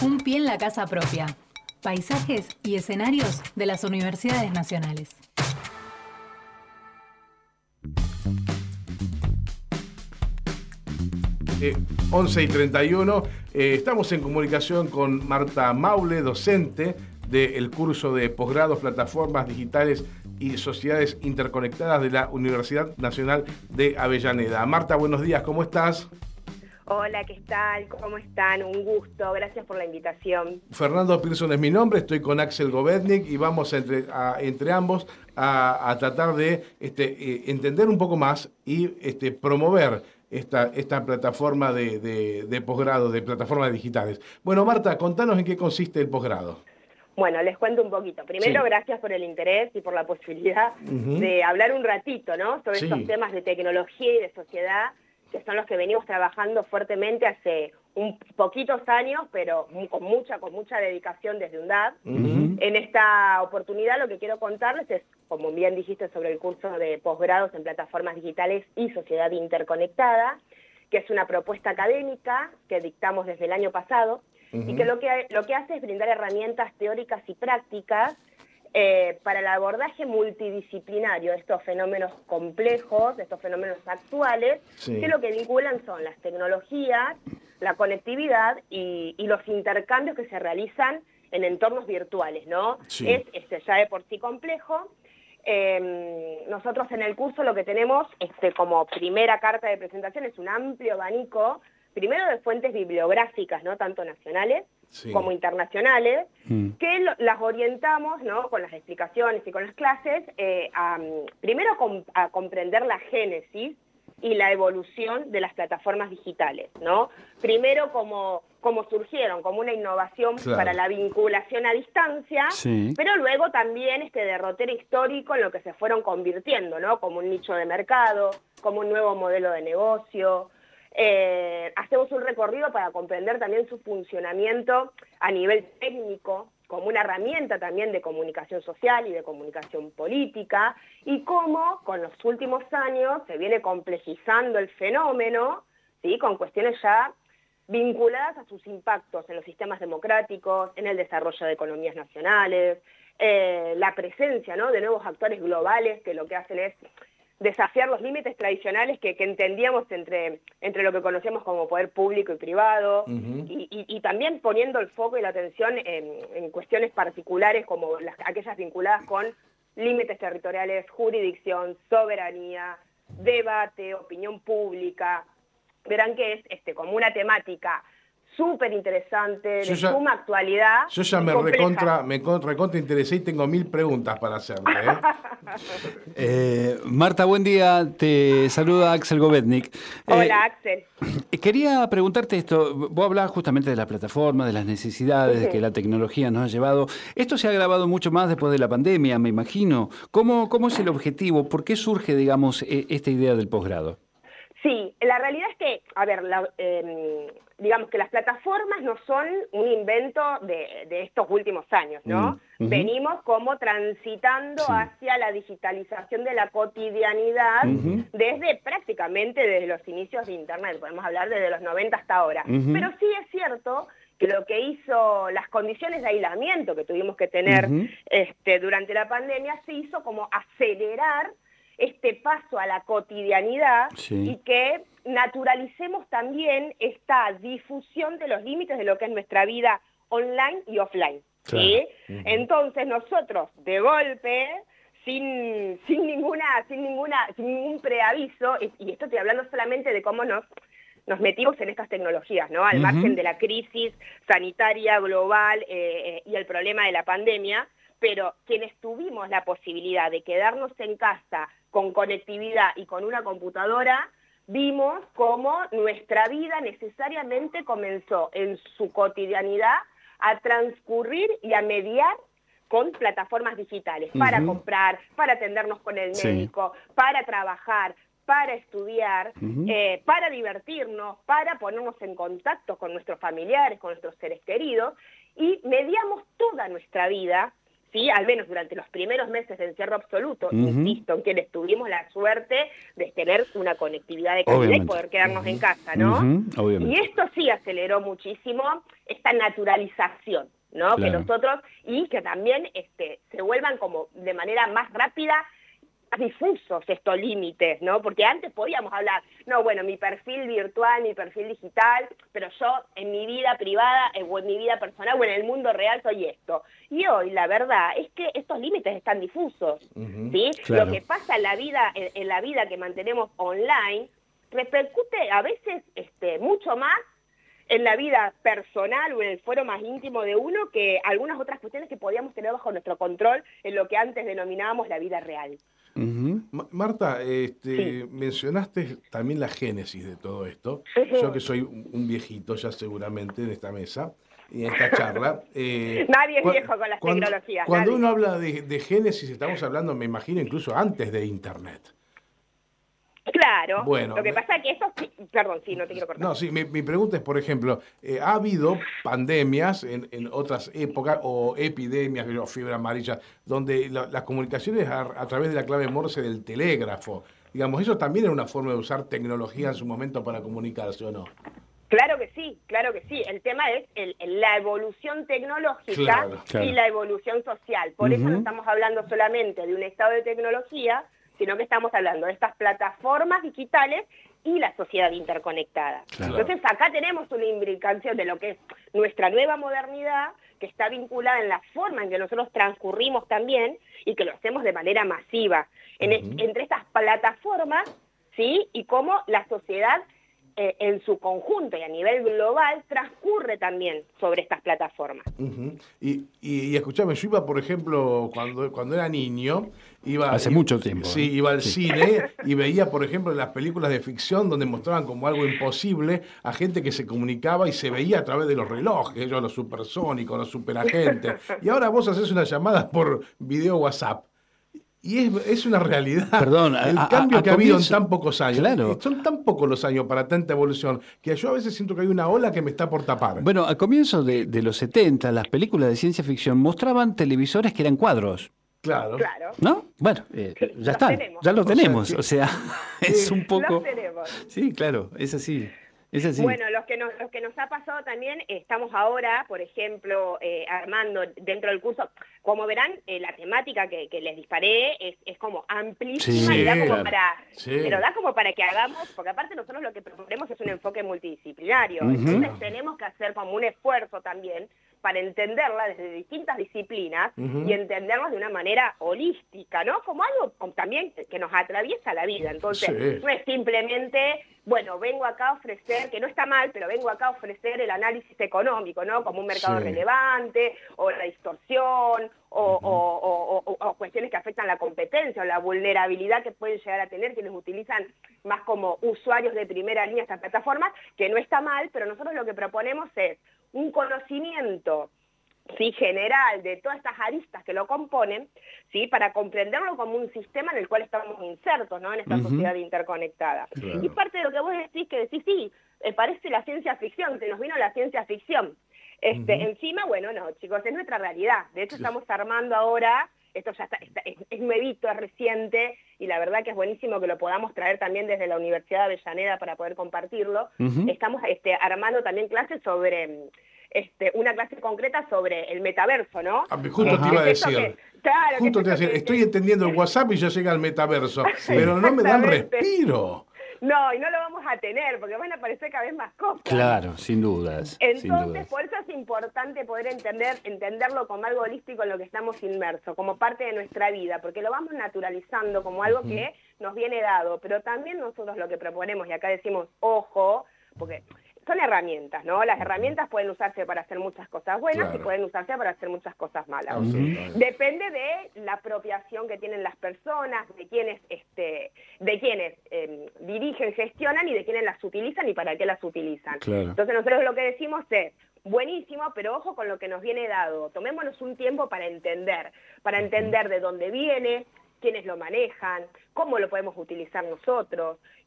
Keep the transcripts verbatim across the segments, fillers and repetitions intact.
Un pie en la casa propia. Paisajes y escenarios de las universidades nacionales. Eh, once y treinta y uno, eh, estamos en comunicación con Marta Maule, docente del curso de posgrados, plataformas digitales y sociedades interconectadas de la Universidad Nacional de Avellaneda. Marta, buenos días, ¿cómo estás? Hola, ¿qué tal? ¿Cómo están? Un gusto, gracias por la invitación. Fernando Pearson es mi nombre, estoy con Axel Govetnik y vamos entre, a, entre ambos a, a tratar de este, eh, entender un poco más y este, promover esta, esta plataforma de, de, de posgrado, de plataformas digitales. Bueno, Marta, contanos en qué consiste el posgrado. Bueno, les cuento un poquito. Primero, Sí. Gracias por el interés y por la posibilidad Uh-huh. de hablar un ratito, ¿no? Sobre Sí. estos temas de tecnología y de sociedad, que son los que venimos trabajando fuertemente hace un poquitos años, pero con mucha, con mucha dedicación desde UNDAD. Uh-huh. En esta oportunidad lo que quiero contarles es, como bien dijiste, sobre el curso de posgrados en plataformas digitales y sociedad interconectada, que es una propuesta académica que dictamos desde el año pasado, uh-huh. y que lo que lo que hace es brindar herramientas teóricas y prácticas eh, para el abordaje multidisciplinario de estos fenómenos complejos, de estos fenómenos actuales, Sí. que lo que vinculan son las tecnologías, la conectividad y, y los intercambios que se realizan en entornos virtuales, ¿no? Sí. Es este, ya de por sí complejo. Eh, nosotros en el curso lo que tenemos este, como primera carta de presentación es un amplio abanico, primero de fuentes bibliográficas, ¿no? Tanto nacionales Sí. como internacionales, Mm. que lo, las orientamos, ¿no? Con las explicaciones y con las clases, eh, a, primero a, com- a comprender la génesis y la evolución de las plataformas digitales, ¿no? Primero como, como surgieron, como una innovación Claro. para la vinculación a distancia, Sí. pero luego también este derrotero histórico en lo que se fueron convirtiendo, ¿no? Como un nicho de mercado, como un nuevo modelo de negocio. Eh, hacemos un recorrido para comprender también su funcionamiento a nivel técnico, como una herramienta también de comunicación social y de comunicación política, y cómo con los últimos años se viene complejizando el fenómeno, ¿sí? Con cuestiones ya vinculadas a sus impactos en los sistemas democráticos, en el desarrollo de economías nacionales, eh, la presencia, ¿no? de nuevos actores globales que lo que hacen es desafiar los límites tradicionales que, que entendíamos entre, entre lo que conocemos como poder público y privado, Uh-huh. y, y, y también poniendo el foco y la atención en, en cuestiones particulares como las, aquellas vinculadas con límites territoriales, jurisdicción, soberanía, debate, opinión pública. Verán que es este, como una temática súper interesante, de Yo ya- suma actualidad. Yo ya y me compleja. recontra, me con- recontra interesé y tengo mil preguntas para hacerte, ¿eh? Eh, Marta, buen día. Te saluda Axel Govetnik. Hola, Eh, Axel. Quería preguntarte esto. Vos hablabas justamente de la plataforma, de las necesidades, de que la tecnología nos ha llevado. Esto se ha agravado mucho más después de la pandemia, me imagino. ¿Cómo, cómo es el objetivo? ¿Por qué surge, digamos, e- esta idea del posgrado? Sí, la realidad es que, a ver, la, eh, digamos que las plataformas no son un invento de, de estos últimos años, ¿no? Mm, ujú. Venimos como transitando Sí. hacia la digitalización de la cotidianidad Ujú. desde prácticamente desde los inicios de Internet, podemos hablar desde los noventa hasta ahora. Ujú. Pero sí es cierto que lo que hizo, las condiciones de aislamiento que tuvimos que tener Ujú. este, durante la pandemia, se hizo como acelerar este paso a la cotidianidad Sí. y que naturalicemos también esta difusión de los límites de lo que es nuestra vida online y offline, ¿sí? Claro. Ujú. Entonces nosotros, de golpe, sin, sin ninguna, sin ninguna, sin ningún preaviso, y, y esto estoy hablando solamente de cómo nos nos metimos en estas tecnologías, ¿no? Al Ujú. margen de la crisis sanitaria global eh, eh, y el problema de la pandemia, pero quienes tuvimos la posibilidad de quedarnos en casa con conectividad y con una computadora, vimos cómo nuestra vida necesariamente comenzó en su cotidianidad a transcurrir y a mediar con plataformas digitales, para Ujú. comprar, para atendernos con el Sí. médico, para trabajar, para estudiar, Ujú. eh, para divertirnos, para ponernos en contacto con nuestros familiares, con nuestros seres queridos, y mediamos toda nuestra vida, sí, al menos durante los primeros meses de encierro absoluto, Uh-huh. insisto, en quienes tuvimos la suerte de tener una conectividad de calidad Obviamente. y poder quedarnos uh-huh. en casa, ¿no? Uh-huh. Obviamente. Y esto sí aceleró muchísimo esta naturalización, ¿no? Claro. Que nosotros, y que también este, se vuelvan como de manera más rápida, más difusos estos límites, ¿no? Porque antes podíamos hablar, no, bueno, mi perfil virtual, mi perfil digital, pero yo en mi vida privada eh, o en mi vida personal o en el mundo real soy esto. Y hoy la verdad es que estos límites están difusos, uh-huh. ¿sí? Claro. Lo que pasa en la vida, en, en la vida que mantenemos online repercute a veces este, mucho más en la vida personal o en el fuero más íntimo de uno que algunas otras cuestiones que podíamos tener bajo nuestro control en lo que antes denominábamos la vida real. Uh-huh. Marta, este, sí. mencionaste también la génesis de todo esto. Uh-huh. Yo que soy un viejito ya seguramente en esta mesa y en esta charla. Eh, nadie es viejo con las cuando, tecnologías. Cuando nadie. uno habla de, de génesis, estamos hablando, me imagino, incluso antes de Internet. Claro, bueno, lo que pasa es que eso, sí, perdón, sí, no te quiero cortar. No, sí, mi, mi pregunta es, por ejemplo, eh, ¿ha habido pandemias en, en otras épocas o epidemias, o fiebre amarilla, donde la, las comunicaciones a, a través de la clave Morse del telégrafo, digamos, eso también era una forma de usar tecnología en su momento para comunicarse, ¿o no? Claro que sí, claro que sí. El tema es el, el, la evolución tecnológica claro, claro. y la evolución social. Por uh-huh. eso no estamos hablando solamente de un estado de tecnología, sino que estamos hablando de estas plataformas digitales y la sociedad interconectada. Claro. Entonces acá tenemos una imbricación de lo que es nuestra nueva modernidad, que está vinculada en la forma en que nosotros transcurrimos también y que lo hacemos de manera masiva. En uh-huh. es, entre estas plataformas, ¿sí? Y cómo la sociedad eh, en su conjunto y a nivel global transcurre también sobre estas plataformas. Uh-huh. Y, y, y escuchame, yo iba, por ejemplo, cuando, cuando era niño, iba... Hace iba, mucho tiempo. Sí, ¿eh? iba al sí. cine y veía, por ejemplo, las películas de ficción donde mostraban como algo imposible a gente que se comunicaba y se veía a través de los relojes, ellos los supersónicos, los superagentes. Y ahora vos haces una llamada por video WhatsApp. Y es, es una realidad. Perdón, el a, cambio a, que a ha habido comienzo, en tan pocos años. Claro. Son tan pocos los años para tanta evolución que yo a veces siento que hay una ola que me está por tapar. Bueno, al comienzo de, de los setenta, las películas de ciencia ficción mostraban televisores que eran cuadros. Claro. claro. ¿No? Bueno, eh, sí, ya están, tenemos. ya los tenemos. O sea, o sea es un poco... Los tenemos. Sí, claro, es así. Es así. Bueno, los que, nos, los que nos ha pasado también, estamos ahora, por ejemplo, eh, armando dentro del curso, como verán, eh, la temática que, que les disparé es, es como amplísima sí, y da como claro. para, sí. pero da como para que hagamos, porque aparte nosotros lo que proponemos es un enfoque multidisciplinario, Uh-huh. entonces tenemos que hacer como un esfuerzo también para entenderla desde distintas disciplinas uh-huh. y entenderla de una manera holística, ¿no? Como algo como también que nos atraviesa la vida. Entonces, sí. no es simplemente, bueno, vengo acá a ofrecer, que no está mal, pero vengo acá a ofrecer el análisis económico, ¿no? Como un mercado sí. relevante, o la distorsión, o, uh-huh. o, o, o, o cuestiones que afectan la competencia, o la vulnerabilidad que pueden llegar a tener quienes utilizan más como usuarios de primera línea estas plataformas, que no está mal, pero nosotros lo que proponemos es un conocimiento sí, general de todas estas aristas que lo componen, sí, para comprenderlo como un sistema en el cual estamos insertos, ¿no? En esta uh-huh. sociedad interconectada. Claro. Y parte de lo que vos decís, que decís, sí, eh, parece la ciencia ficción, se nos vino la ciencia ficción. Este, uh-huh. Encima, bueno, no, chicos, es nuestra realidad. De hecho, sí. estamos armando ahora, esto ya está, está es, es nuevito, es reciente, y la verdad que es buenísimo que lo podamos traer también desde la Universidad de Avellaneda para poder compartirlo. Uh-huh. Estamos este, armando también clases sobre... Este, una clase concreta sobre el metaverso, ¿no? Ah, justo te iba a decir, que, claro, justo te iba a decir, que, estoy entendiendo el WhatsApp y ya llega el metaverso, sí. pero no me dan respiro. No, y no lo vamos a tener, porque van a aparecer cada vez más cosas. Claro, sin dudas. Entonces, sin dudas. por eso es importante poder entender, entenderlo como algo holístico en lo que estamos inmersos, como parte de nuestra vida, porque lo vamos naturalizando como algo uh-huh. que nos viene dado, pero también nosotros lo que proponemos, y acá decimos, ojo, porque... son herramientas, ¿no? Las herramientas pueden usarse para hacer muchas cosas buenas claro. y pueden usarse para hacer muchas cosas malas. Uh-huh. Depende de la apropiación que tienen las personas, de quienes, este, de quienes eh, dirigen, gestionan y de quienes las utilizan y para qué las utilizan. Claro. Entonces nosotros lo que decimos es, buenísimo, pero ojo con lo que nos viene dado. Tomémonos un tiempo para entender, para entender de dónde viene, quiénes lo manejan, cómo lo podemos utilizar nosotros,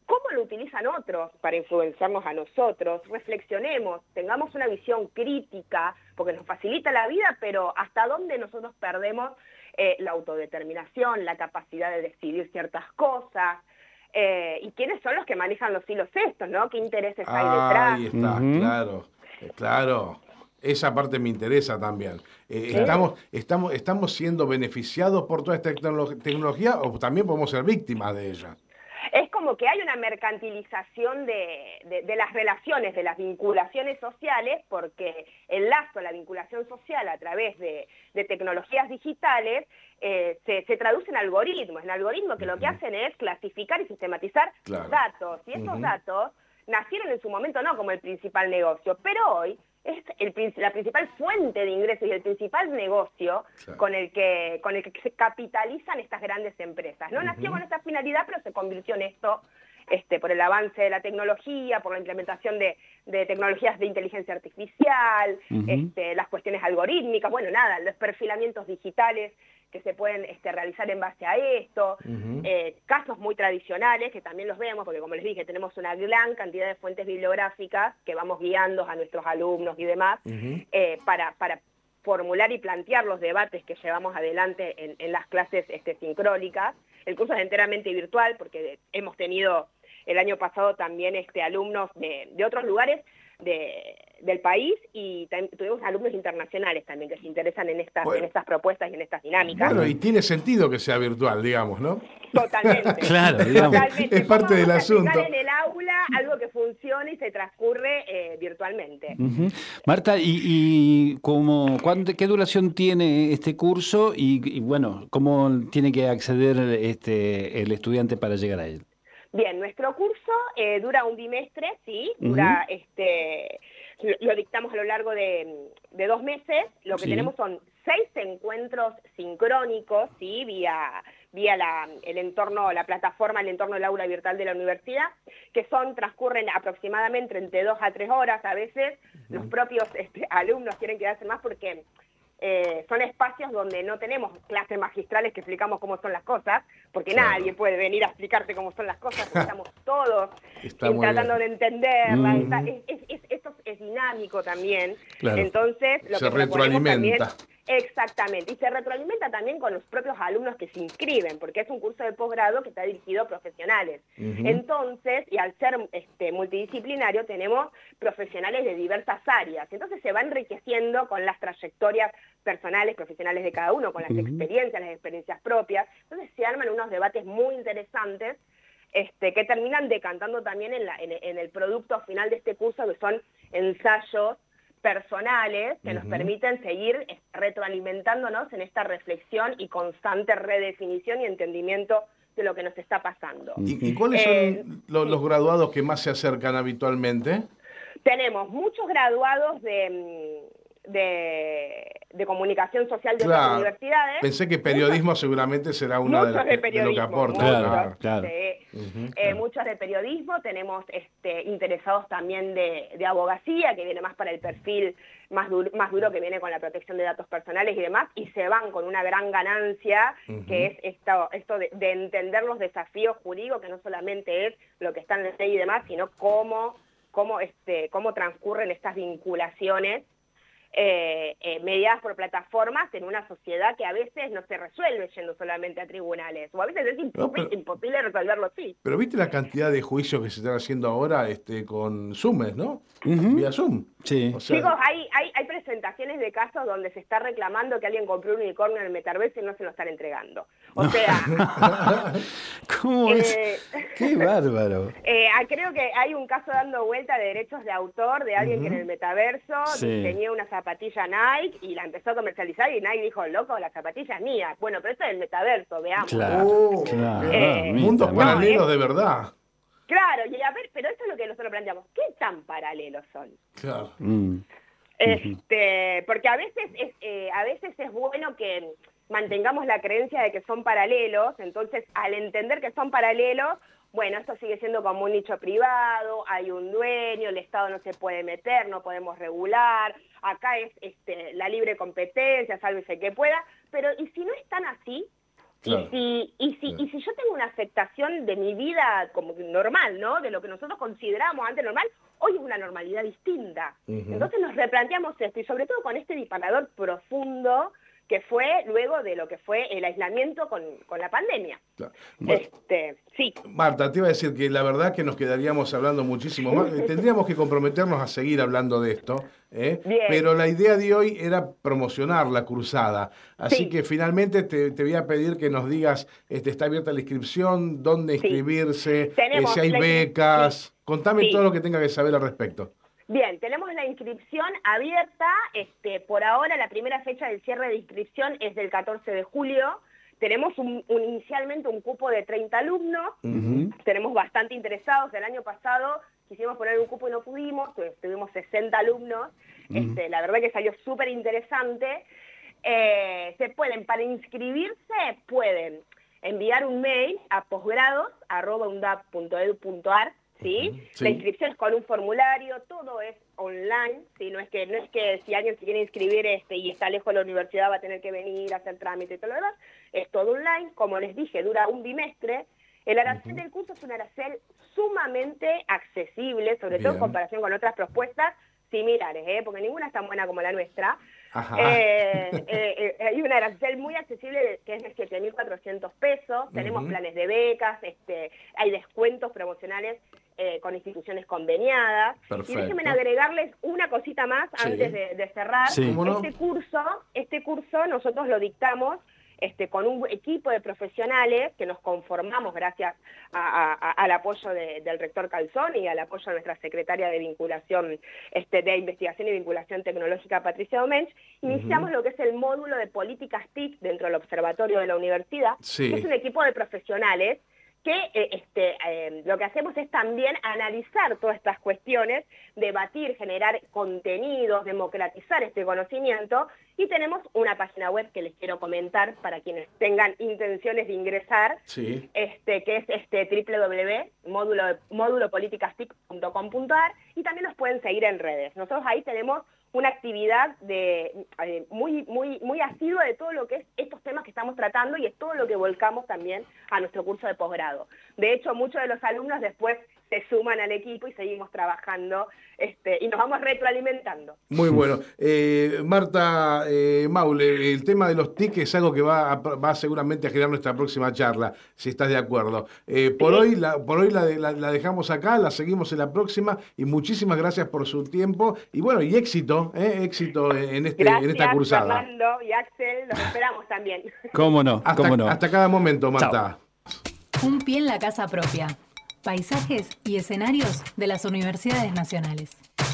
¿Cómo lo utilizan otros para influenciarnos a nosotros? Reflexionemos, tengamos una visión crítica, porque nos facilita la vida, pero hasta dónde nosotros perdemos eh, la autodeterminación, la capacidad de decidir ciertas cosas, eh, y quiénes son los que manejan los hilos estos, ¿no? ¿Qué intereses hay detrás? Ahí está, Ujú. claro, eh, claro. Esa parte me interesa también. Eh, Claro. estamos, estamos, ¿Estamos siendo beneficiados por toda esta tecno- tecnología o también podemos ser víctimas de ella? Es como que hay una mercantilización de, de, de las relaciones, de las vinculaciones sociales, porque el lazo, la vinculación social a través de, de tecnologías digitales eh, se, se traduce en algoritmos, en algoritmos que lo que hacen es clasificar y sistematizar Claro. datos, y estos Ujú. datos nacieron en su momento no como el principal negocio, pero hoy es el, prin- la principal fuente de ingresos y el principal negocio Claro. con el que con el que se capitalizan estas grandes empresas. No nació con esta finalidad, pero se convirtió en esto este, por el avance de la tecnología, por la implementación de, de tecnologías de inteligencia artificial, Ujú. este, las cuestiones algorítmicas, bueno, nada, los perfilamientos digitales que se pueden este, realizar en base a esto, Ujú. eh, casos muy tradicionales que también los vemos, porque como les dije, tenemos una gran cantidad de fuentes bibliográficas que vamos guiando a nuestros alumnos y demás Ujú. eh, para, para formular y plantear los debates que llevamos adelante en, en las clases este, sincrónicas. El curso es enteramente virtual porque hemos tenido el año pasado también este, alumnos de, de otros lugares de, del país y tam- tuvimos alumnos internacionales también que se interesan en estas, Bueno. en estas propuestas y en estas dinámicas. Bueno, y tiene sentido que sea virtual, digamos, ¿no? Totalmente. Claro, digamos. Totalmente. Es parte ¿Cómo del vamos a explicar asunto. en el aula algo que funcione y se transcurre eh, virtualmente? Ujú. Marta, ¿y, y cómo, cuánto- qué duración tiene este curso y, y, bueno, cómo tiene que acceder este, el estudiante para llegar a él? Bien, nuestro curso eh, dura un bimestre, sí, dura, este, lo, lo dictamos a lo largo de, de dos meses. Lo que Sí. tenemos son seis encuentros sincrónicos, sí, vía vía la, el entorno, la plataforma, el entorno del aula virtual de la universidad, que son transcurren aproximadamente entre dos a tres horas. A veces los propios este, alumnos quieren quedarse más porque Eh, son espacios donde no tenemos clases magistrales que explicamos cómo son las cosas, porque Claro. nadie puede venir a explicarte cómo son las cosas, porque estamos todos Está in- muy tratando bien. de entenderlas. Mm. Está- es, es- es- esto es dinámico también. Claro. Entonces, lo Se que proponemos retroalimenta. también- exactamente, y se retroalimenta también con los propios alumnos que se inscriben, porque es un curso de posgrado que está dirigido a profesionales. Ujú. Entonces, y al ser este, multidisciplinario, tenemos profesionales de diversas áreas. Entonces se va enriqueciendo con las trayectorias personales, profesionales de cada uno, con las Ujú. experiencias, las experiencias propias. Entonces se arman unos debates muy interesantes este, que terminan decantando también en, la, en, en el producto final de este curso, que son ensayos personales que nos Ujú. permiten seguir eh, retroalimentándonos en esta reflexión y constante redefinición y entendimiento de lo que nos está pasando. ¿Y, y cuáles Eh, son lo- los graduados que más se acercan habitualmente? Tenemos muchos graduados de, mm, de, de comunicación social de otras Claro. universidades. Pensé que periodismo seguramente será una de, Muchos las de que- de lo que periodismo, aporta. Claro, muchos, claro. sí. Ujú, Eh, claro. muchos de periodismo, tenemos este, interesados también de, de abogacía, que viene más para el perfil más duro, más duro que viene con la protección de datos personales y demás, y se van con una gran ganancia, Ujú. que es esto, esto de, de entender los desafíos jurídicos, que no solamente es lo que está en la ley y demás, sino cómo, cómo, este, cómo transcurren estas vinculaciones Eh, eh, mediadas por plataformas en una sociedad que a veces no se resuelve yendo solamente a tribunales, o a veces es impo- No, pero- imposible resolverlo así. Pero viste la cantidad de juicios que se están haciendo ahora este, con Zoom, ¿no? Ujú. Vía Zoom. Sí. O sea, Chicos, hay, hay, hay presentaciones de casos donde se está reclamando que alguien compró un unicornio en el metaverso y no se lo están entregando. O sea, ¿Cómo es? eh, Qué bárbaro. eh, ah, creo que hay un caso dando vuelta de derechos de autor de alguien que en el metaverso Sí. diseñó una zapatilla Nike y la empezó a comercializar y Nike dijo, loco, la zapatilla es mía. Bueno, pero esto es el metaverso, veamos. Claro, Oh, claro. eh, mundos Mamita, paralelos no, de verdad. Claro, y a ver, pero esto es lo que nosotros planteamos. ¿Qué tan paralelos son? Claro. Mm. Este, porque a veces es, eh, a veces es bueno que mantengamos la creencia de que son paralelos, entonces al entender que son paralelos, bueno, esto sigue siendo como un nicho privado, hay un dueño, el Estado no se puede meter, no podemos regular, acá es este, la libre competencia, sálvese que pueda, pero ¿y si no es tan así? Claro. Y si, y, si, Claro. y si yo tengo una afectación de mi vida como normal, ¿no? De lo que nosotros consideramos antes normal, hoy es una normalidad distinta. Uh-huh. Entonces nos replanteamos esto, y sobre todo con este disparador profundo que fue luego de lo que fue el aislamiento con, con la pandemia. Claro. Bueno, este, sí. Marta, te iba a decir que la verdad que nos quedaríamos hablando muchísimo más. Tendríamos que comprometernos a seguir hablando de esto, ¿eh? Bien. Pero la idea de hoy era promocionar la cruzada. Así Sí. que finalmente te, te voy a pedir que nos digas, este, está abierta la inscripción, dónde Sí. inscribirse, eh, Tenemos si hay la inscri- becas. sí. Contame Sí. todo lo que tenga que saber al respecto. Bien, tenemos la inscripción abierta. Este, por ahora la primera fecha del cierre de inscripción es del catorce de julio. Tenemos un, un, inicialmente un cupo de treinta alumnos. Uh-huh. Tenemos bastante interesados. El año pasado quisimos poner un cupo y no pudimos. Tuvimos sesenta alumnos. Uh-huh. Este, la verdad que salió súper interesante. Eh, se pueden, para inscribirse, pueden enviar un mail a posgrados arroba undap punto edu punto ar. ¿Sí? Sí. La inscripción es con un formulario, todo es online, ¿sí? No es que no es que si alguien se quiere inscribir este y está lejos de la universidad va a tener que venir a hacer trámite y todo lo demás, es todo online, como les dije, dura un bimestre. El arancel uh-huh. del curso es un arancel sumamente accesible, sobre Bien. todo en comparación con otras propuestas similares, ¿eh? Porque ninguna es tan buena como la nuestra. Eh, eh, eh, hay un arancel muy accesible que es de siete mil cuatrocientos pesos, tenemos uh-huh. planes de becas, este, hay descuentos promocionales eh, con instituciones conveniadas. Perfecto. Y déjenme agregarles una cosita más sí. antes de, de cerrar. Sí. Este no? curso, este curso nosotros lo dictamos Este, con un equipo de profesionales que nos conformamos gracias a, a, al apoyo de, del rector Calzón y al apoyo de nuestra secretaria de vinculación, este, de investigación y vinculación tecnológica, Patricia Domench. Iniciamos uh-huh. lo que es el módulo de políticas T I C dentro del observatorio de la universidad, sí. que es un equipo de profesionales que eh, este, eh, lo que hacemos es también analizar todas estas cuestiones, debatir, generar contenidos, democratizar este conocimiento, y tenemos una página web que les quiero comentar para quienes tengan intenciones de ingresar, sí. este, que es este doble u doble u doble u punto módulo políticas tic punto com punto ar, y también nos pueden seguir en redes. Nosotros ahí tenemos una actividad de eh, muy muy muy asidua de todo lo que es estos temas que estamos tratando, y es todo lo que volcamos también a nuestro curso de posgrado. De hecho, muchos de los alumnos después se suman al equipo y seguimos trabajando este, y nos vamos retroalimentando. Muy bueno. Eh, Marta eh, Maule, el tema de los T I C es algo que va, a, va seguramente a generar nuestra próxima charla, si estás de acuerdo. Eh, por, sí. hoy, la, por hoy la, la, la dejamos acá, la seguimos en la próxima, y muchísimas gracias por su tiempo, y bueno, y éxito, eh, éxito en, este, gracias, en esta cruzada. Gracias, Fernando y Axel, los esperamos también. ¿Cómo no? Hasta, ¿Cómo no? hasta cada momento, Marta. Chao. Un pie en la casa propia. Paisajes y escenarios de las universidades nacionales.